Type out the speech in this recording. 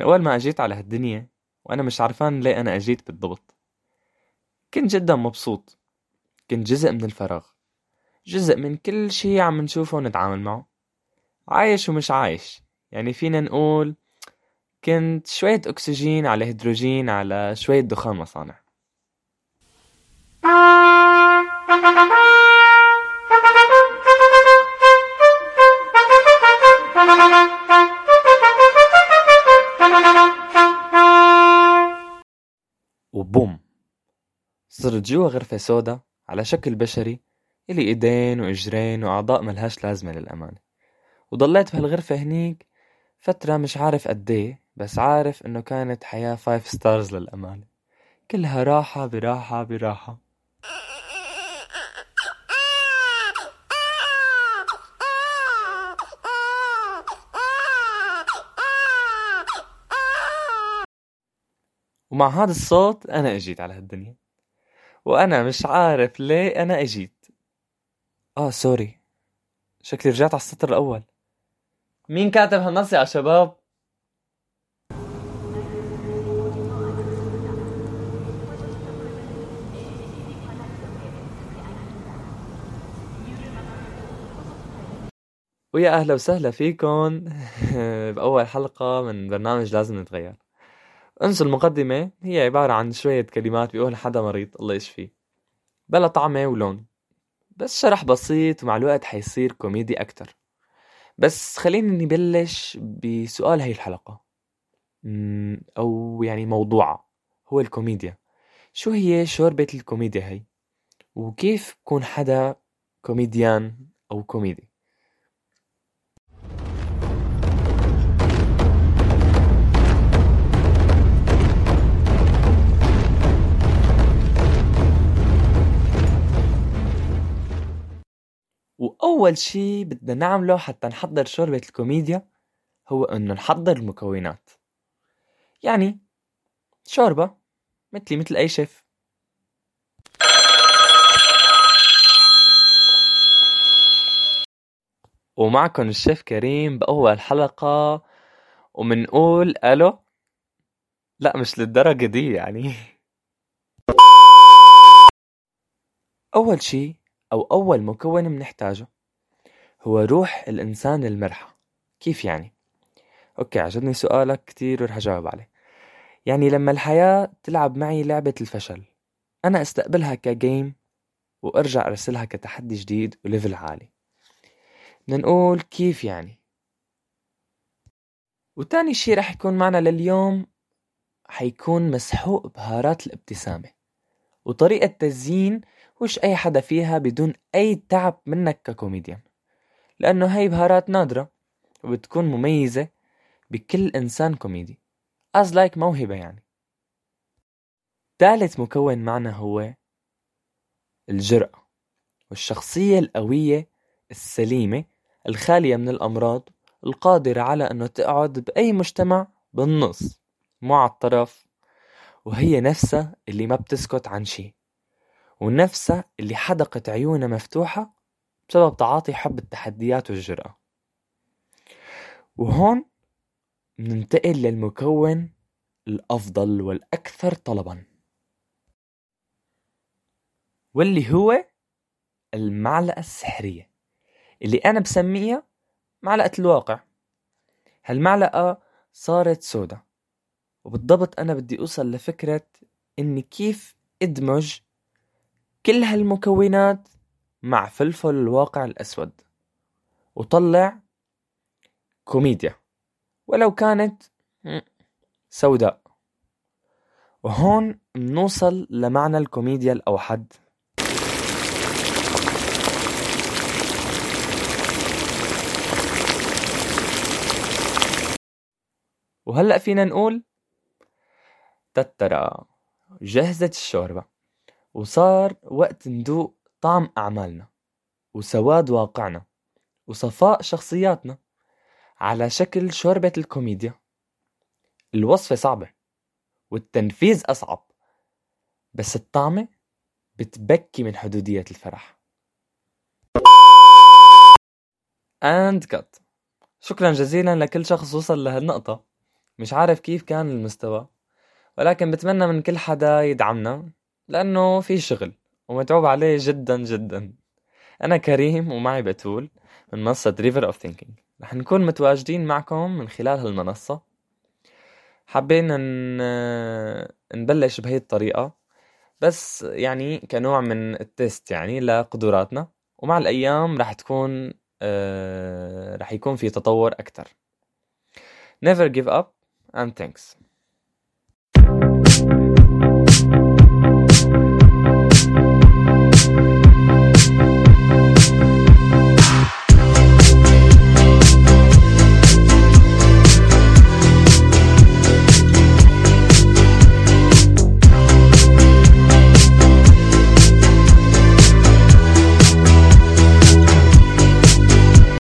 أول ما أجيت على هالدنيا وأنا مش عارفان ليه أنا أجيت بالضبط. كنت جدا مبسوط، كنت جزء من الفراغ، جزء من كل شي عم نشوفه ونتعامل معه، عايش ومش عايش. يعني فينا نقول كنت شوية أكسجين على هيدروجين على شوية دخان مصانع. وبوم، صرت جوا غرفة سودا على شكل بشري، إلي إيدين وإجرين وأعضاء ملهاش لازمة للأمانة. وضليت بهالغرفة هنيك فترة مش عارف قديه، بس عارف إنه كانت حياة 5 ستارز للأمانة، كلها راحة براحة براحة. ومع هذا الصوت أنا أجيت على هالدنيا، وأنا مش عارف ليه أنا أجيت. سوري، شكلي رجعت على السطر الأول. مين كاتب هالنص يا شباب؟ ويا أهلا وسهلا فيكن بأول حلقة من برنامج لازم نتغير. انسوا المقدمة، هي عبارة عن شوية كلمات بيقولها حدا مريض الله يشفيه، بلا طعمة ولون، بس شرح بسيط ومع الوقت حيصير كوميدي أكتر. بس خلينا نبلش بسؤال هاي الحلقة، أو يعني موضوعها هو الكوميديا. شو هي شوربة الكوميديا هاي؟ وكيف كون حدا كوميديان أو كوميدي؟ وأول شي بدنا نعمله حتى نحضر شوربة الكوميديا هو إنه نحضر المكونات. يعني شوربة مثلي مثل أي شيف. ومعكم الشيف كريم بأول حلقة، ومنقول ألو. لا مش للدرجة دي يعني. أول شي أو أول مكون منحتاجه هو روح الإنسان المرحة. كيف يعني؟ أوكي، عجبني سؤالك كتير ورح أجاوب عليه. يعني لما الحياة تلعب معي لعبة الفشل، أنا استقبلها كجيم وأرجع أرسلها كتحدي جديد وليفل عالي. بدنا نقول كيف يعني. وتاني شي رح يكون معنا لليوم حيكون مسحوق بهارات الابتسامة وطريقة تزيين وش أي حدا فيها بدون أي تعب منك ككوميديان، لأنه هاي بهارات نادرة وبتكون مميزة بكل إنسان كوميدي، as like موهبة يعني. ثالث مكون معنا هو الجرأة والشخصية القوية السليمة الخالية من الأمراض، القادرة على أنه تقعد بأي مجتمع بالنص مو على الطرف، وهي نفسها اللي ما بتسكت عن شي، ونفسها اللي حدقت عيونها مفتوحة بسبب تعاطي حب التحديات والجرأة. وهون ننتقل للمكون الأفضل والأكثر طلباً، واللي هو المعلقة السحرية اللي أنا بسميها معلقة الواقع. هالمعلقة صارت سودا، وبالضبط أنا بدي أوصل لفكرة إني كيف أدمج كل هالمكونات مع فلفل الواقع الأسود وطلع كوميديا ولو كانت سوداء. وهون منوصل لمعنى الكوميديا الأوحد، وهلأ فينا نقول تترى جهزت الشوربة وصار وقت ندوق طعم أعمالنا وسواد واقعنا وصفاء شخصياتنا على شكل شوربة الكوميديا. الوصفة صعبة والتنفيذ أصعب، بس الطعمة بتبكي من حدودية الفرح. and cut. شكرا جزيلا لكل شخص وصل لهالنقطة. مش عارف كيف كان المستوى، ولكن بتمنى من كل حدا يدعمنا لأنه في شغل ومتعوب عليه جدا جدا. أنا كريم ومعي بتول من منصة River of Thinking. رح نكون متواجدين معكم من خلال هالمنصة. حابين نبلش بهي الطريقة، بس يعني كنوع من التست يعني لقدراتنا، ومع الأيام رح يكون في تطور أكتر. Never give up and thanks.